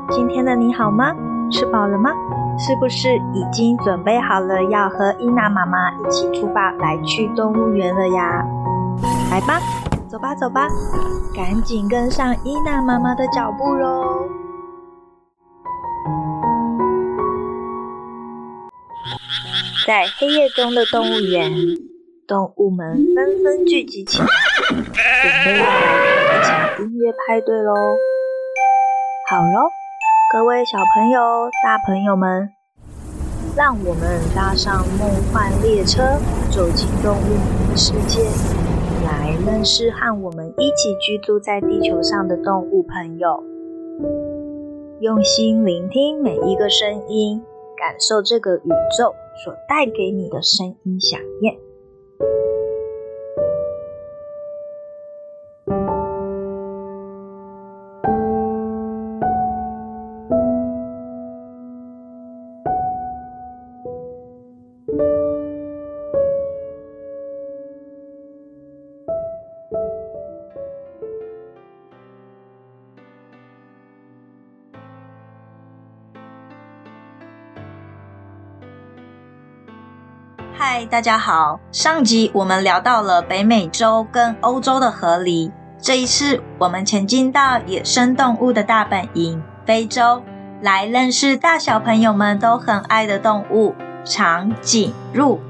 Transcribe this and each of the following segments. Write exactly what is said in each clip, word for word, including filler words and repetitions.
今天的你好吗？吃饱了吗？是不是已经准备好了要和伊娜妈妈一起出发来去动物园了呀？来吧，走吧走吧，赶紧跟上伊娜妈妈的脚步咯。在黑夜中的动物园，动物们纷纷聚集起来，准备要来看一场音乐派对咯。好咯，各位小朋友、大朋友们，让我们搭上梦幻列车，走进动物的世界，来认识和我们一起居住在地球上的动物朋友。用心聆听每一个声音，感受这个宇宙所带给你的声音响宴。嗨，大家好，上集我们聊到了北美洲跟欧洲的河狸，这一次我们前进到野生动物的大本营非洲，来认识大小朋友们都很爱的动物长颈鹿。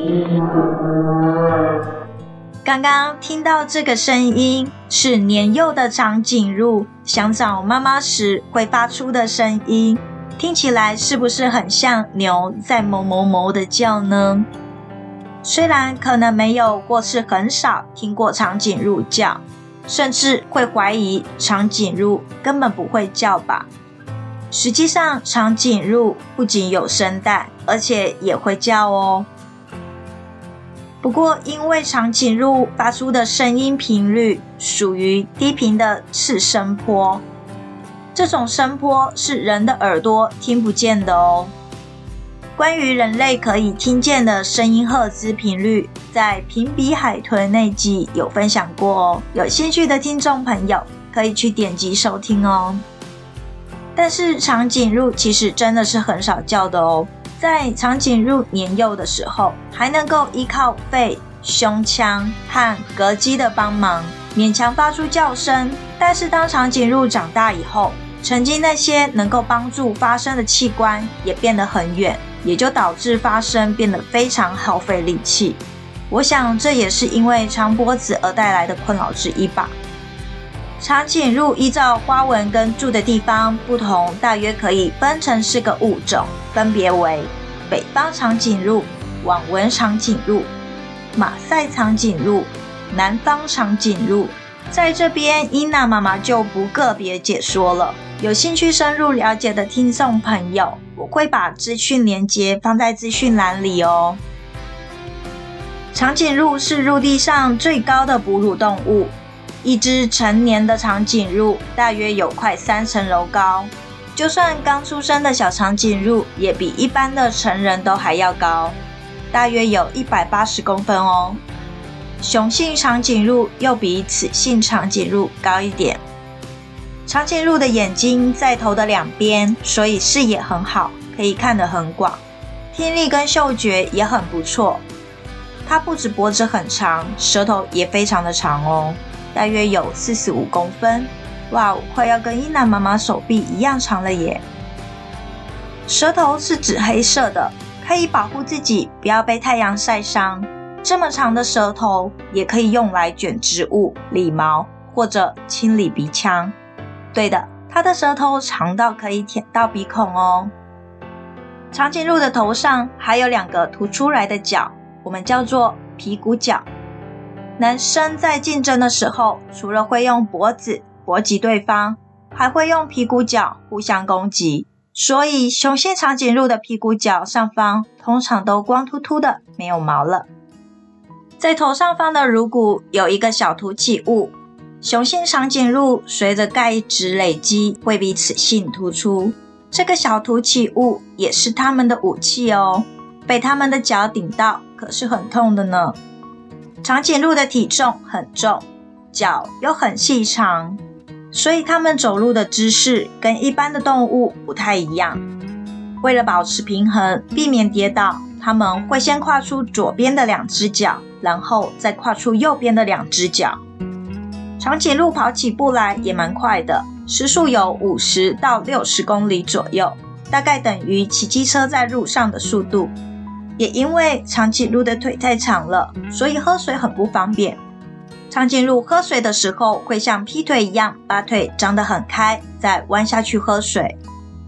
刚刚听到这个声音是年幼的长颈鹿想找妈妈时会发出的声音，听起来是不是很像牛在哞哞哞的叫呢？虽然可能没有或是很少听过长颈鹿叫，甚至会怀疑长颈鹿根本不会叫吧。实际上，长颈鹿不仅有声带，而且也会叫哦。不过，因为长颈鹿发出的声音频率属于低频的次声波，这种声波是人的耳朵听不见的哦。关于人类可以听见的声音赫兹频率，在评比海豚那集有分享过哦，有兴趣的听众朋友可以去点击收听哦。但是长颈鹿其实真的是很少叫的哦，在长颈鹿年幼的时候，还能够依靠肺、胸腔和膈肌的帮忙，勉强发出叫声。但是当长颈鹿长大以后，曾经那些能够帮助发声的器官也变得很远，也就导致发声变得非常耗费力气。我想这也是因为长脖子而带来的困扰之一吧。长颈鹿依照花纹跟住的地方不同，大约可以分成四个物种，分别为北方长颈鹿、网纹长颈鹿、马赛长颈鹿、南方长颈鹿。在这边伊娜妈妈就不个别解说了，有兴趣深入了解的听众朋友，我会把资讯连结放在资讯栏里哦。长颈鹿是陆地上最高的哺乳动物，一只成年的长颈鹿大约有快三层楼高，就算刚出生的小长颈鹿也比一般的成人都还要高，大约有一百八十公分哦。雄性长颈鹿又比雌性长颈鹿高一点。长颈鹿的眼睛在头的两边，所以视野很好，可以看得很广，听力跟嗅觉也很不错。它不止脖子很长，舌头也非常的长哦，大约有四十五公分，哇，快要跟伊娜妈妈手臂一样长了耶。舌头是紫黑色的，可以保护自己不要被太阳晒伤。这么长的舌头也可以用来卷植物、理毛或者清理鼻腔。对的，它的舌头长到可以舔到鼻孔哦。长颈鹿的头上还有两个凸出来的角，我们叫做皮骨角。男生在竞争的时候，除了会用脖子搏击对方，还会用皮骨角互相攻击。所以雄性长颈鹿的皮骨角上方通常都光秃秃的，没有毛了。在头上方的乳骨有一个小凸起物，雄性长颈鹿随着钙质累积会比雌性突出，这个小凸起物也是它们的武器哦，被它们的脚顶到可是很痛的呢。长颈鹿的体重很重，脚又很细长， 所以它们走路的姿势跟一般的动物不太一样。为了保持平衡，避免跌倒，它们会先跨出左边的两只脚，然后再跨出右边的两只脚。长颈鹿跑起步来也蛮快的，时速有五十到六十公里左右，大概等于骑机车在路上的速度。也因为长颈鹿的腿太长了，所以喝水很不方便。长颈鹿喝水的时候会像劈腿一样，把腿张得很开，再弯下去喝水。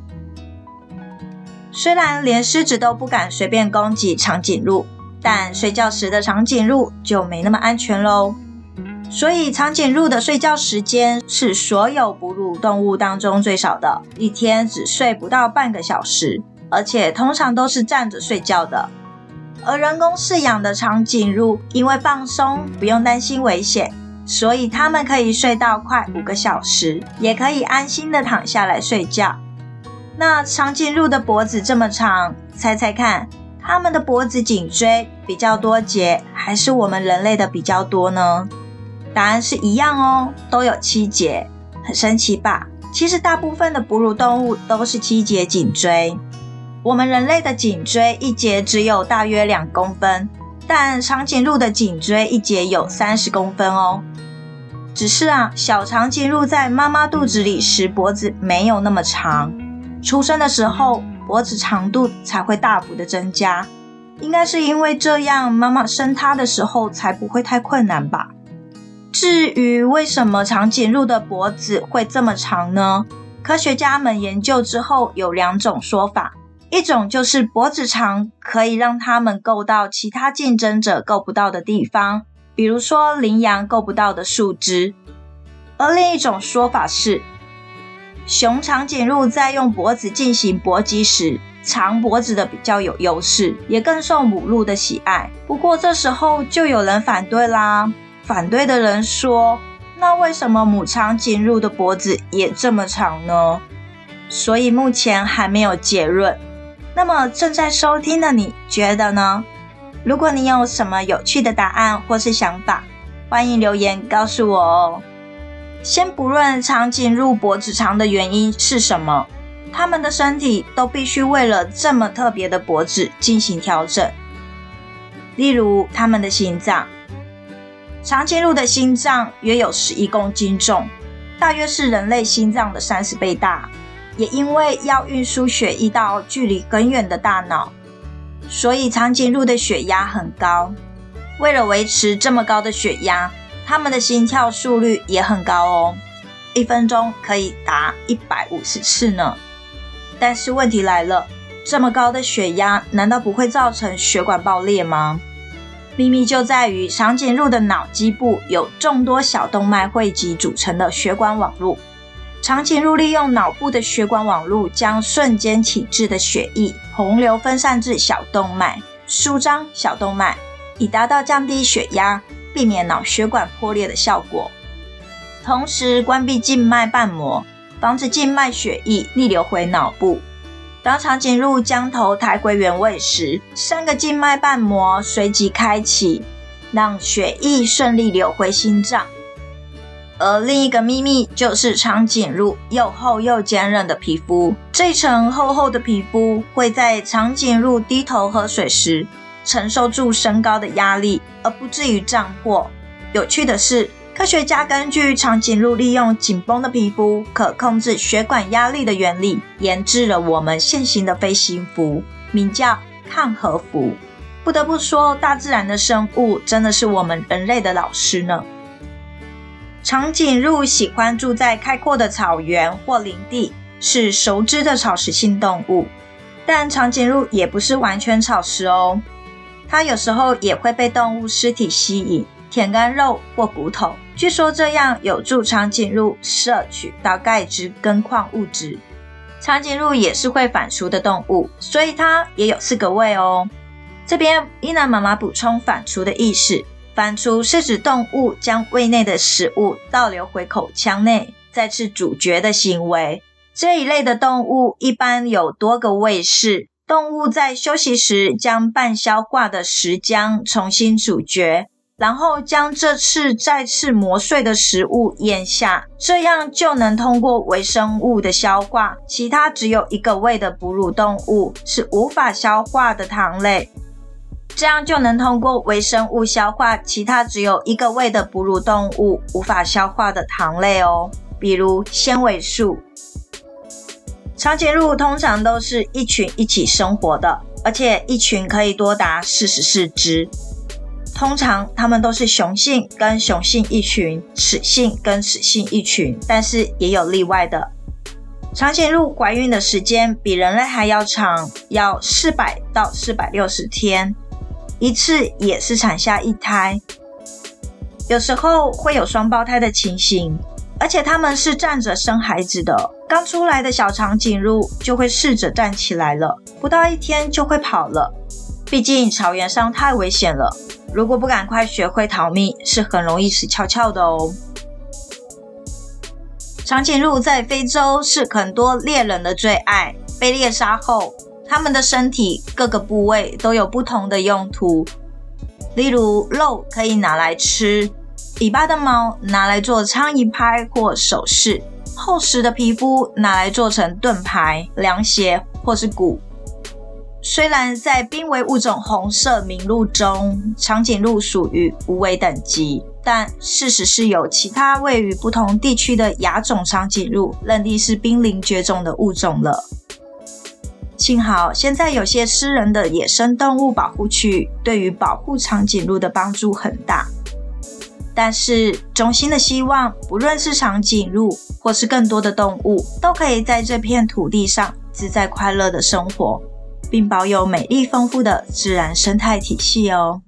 虽然连狮子都不敢随便攻击长颈鹿，但睡觉时的长颈鹿就没那么安全咯。所以长颈鹿的睡觉时间是所有哺乳动物当中最少的，一天只睡不到半个小时，而且通常都是站着睡觉的。而人工饲养的长颈鹿因为放松，不用担心危险，所以它们可以睡到快五个小时，也可以安心的躺下来睡觉。那长颈鹿的脖子这么长，猜猜看，它们的脖子颈椎比较多节，还是我们人类的比较多呢？答案是一样哦，都有七节。很神奇吧？其实大部分的哺乳动物都是七节颈椎。我们人类的颈椎一节只有大约两公分，但长颈鹿的颈椎一节有三十公分哦。只是啊，小长颈鹿在妈妈肚子里时脖子没有那么长，出生的时候脖子长度才会大幅的增加，应该是因为这样妈妈生它的时候才不会太困难吧。至于为什么长颈鹿的脖子会这么长呢？科学家们研究之后有两种说法，一种就是脖子长可以让它们够到其他竞争者够不到的地方，比如说羚羊够不到的树枝。而另一种说法是，雄长颈鹿在用脖子进行搏击时，长脖子的比较有优势，也更受母鹿的喜爱。不过这时候就有人反对啦，反对的人说，那为什么母长颈鹿的脖子也这么长呢？所以目前还没有结论。那么正在收听的你觉得呢？如果你有什么有趣的答案或是想法，欢迎留言告诉我哦。先不论长颈鹿脖子长的原因是什么，它们的身体都必须为了这么特别的脖子进行调整。例如它们的心脏，长颈鹿的心脏约有十一公斤重，大约是人类心脏的三十倍大。也因为要运输血液到距离很远的大脑，所以长颈鹿的血压很高。为了维持这么高的血压，它们的心跳速率也很高哦，一分钟可以达一百五十次呢。但是问题来了，这么高的血压难道不会造成血管爆裂吗？秘密就在于长颈鹿的脑基部有众多小动脉汇集组成的血管网路。长颈鹿利用脑部的血管网路，将瞬间体质的血液洪流分散至小动脉，舒张小动脉，以达到降低血压，避免脑血管破裂的效果。同时关闭静脉瓣膜，防止静脉血液逆流回脑部。当长颈鹿将头抬回原位时，三个静脉瓣膜随即开启，让血液顺利流回心脏。而另一个秘密就是长颈鹿又厚又坚韧的皮肤，这层厚厚的皮肤会在长颈鹿低头喝水时承受住升高的压力，而不至于胀破。有趣的是，科学家根据长颈鹿利用紧绷的皮肤可控制血管压力的原理，研制了我们现行的飞行服，名叫抗荷服。不得不说，大自然的生物真的是我们人类的老师呢。长颈鹿喜欢住在开阔的草原或林地，是熟知的草食性动物。但长颈鹿也不是完全草食哦，它有时候也会被动物尸体吸引，舔干肉或骨头。据说这样有助长颈鹿摄取到钙质跟矿物质。长颈鹿也是会反刍的动物，所以它也有四个胃哦。这边伊娜妈妈补充反刍的意思。反刍是指动物将胃内的食物倒流回口腔内，再次咀嚼的行为。这一类的动物一般有多个胃室，动物在休息时将半消化的食浆重新咀嚼， 然后将这次再次磨碎的食物咽下，这样就能通过微生物的消化其他只有一个胃的哺乳动物是无法消化的糖类。这样就能通过微生物消化其他只有一个胃的哺乳动物无法消化的糖类哦，比如纤维素。长颈鹿通常都是一群一起生活的，而且一群可以多达四十四只。通常它们都是雄性跟雄性一群，雌性跟雌性一群，但是也有例外的。长颈鹿怀孕的时间比人类还要长，要四百到四百六十天，一次也是产下一胎。有时候会有双胞胎的情形，而且它们是站着生孩子的。刚出来的小长颈鹿就会试着站起来了，不到一天就会跑了。毕竟草原上太危险了，如果不赶快学会逃命，是很容易死翘翘的哦。长颈鹿在非洲是很多猎人的最爱，被猎杀后，它们的身体各个部位都有不同的用途。例如肉可以拿来吃，尾巴的毛拿来做苍蝇拍或首饰，厚实的皮肤拿来做成盾牌、凉鞋或是鼓。虽然在濒危物种红色名录中，长颈鹿属于无危等级，但事实是有其他位于不同地区的亚种长颈鹿认定是濒临绝种的物种了。幸好现在有些私人的野生动物保护区对于保护长颈鹿的帮助很大，但是衷心的希望不论是长颈鹿或是更多的动物都可以在这片土地上自在快乐的生活，并保有美丽丰富的自然生态体系哦。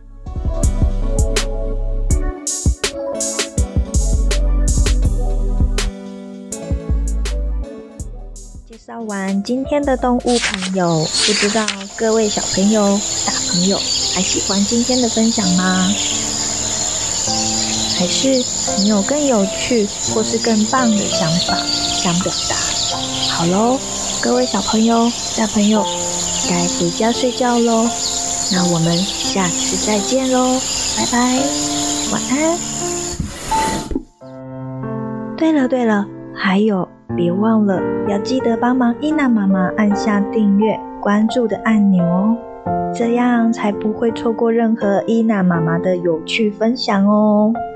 介绍完今天的动物朋友，不知道各位小朋友、大朋友还喜欢今天的分享吗？还是你有更有趣或是更棒的想法想表达？好咯，各位小朋友、大朋友，该回家睡觉咯。那我们下次再见咯，拜拜，晚安。对了对了，还有别忘了要记得帮忙伊娜妈妈按下订阅、关注的按钮哦，这样才不会错过任何伊娜妈妈的有趣分享哦。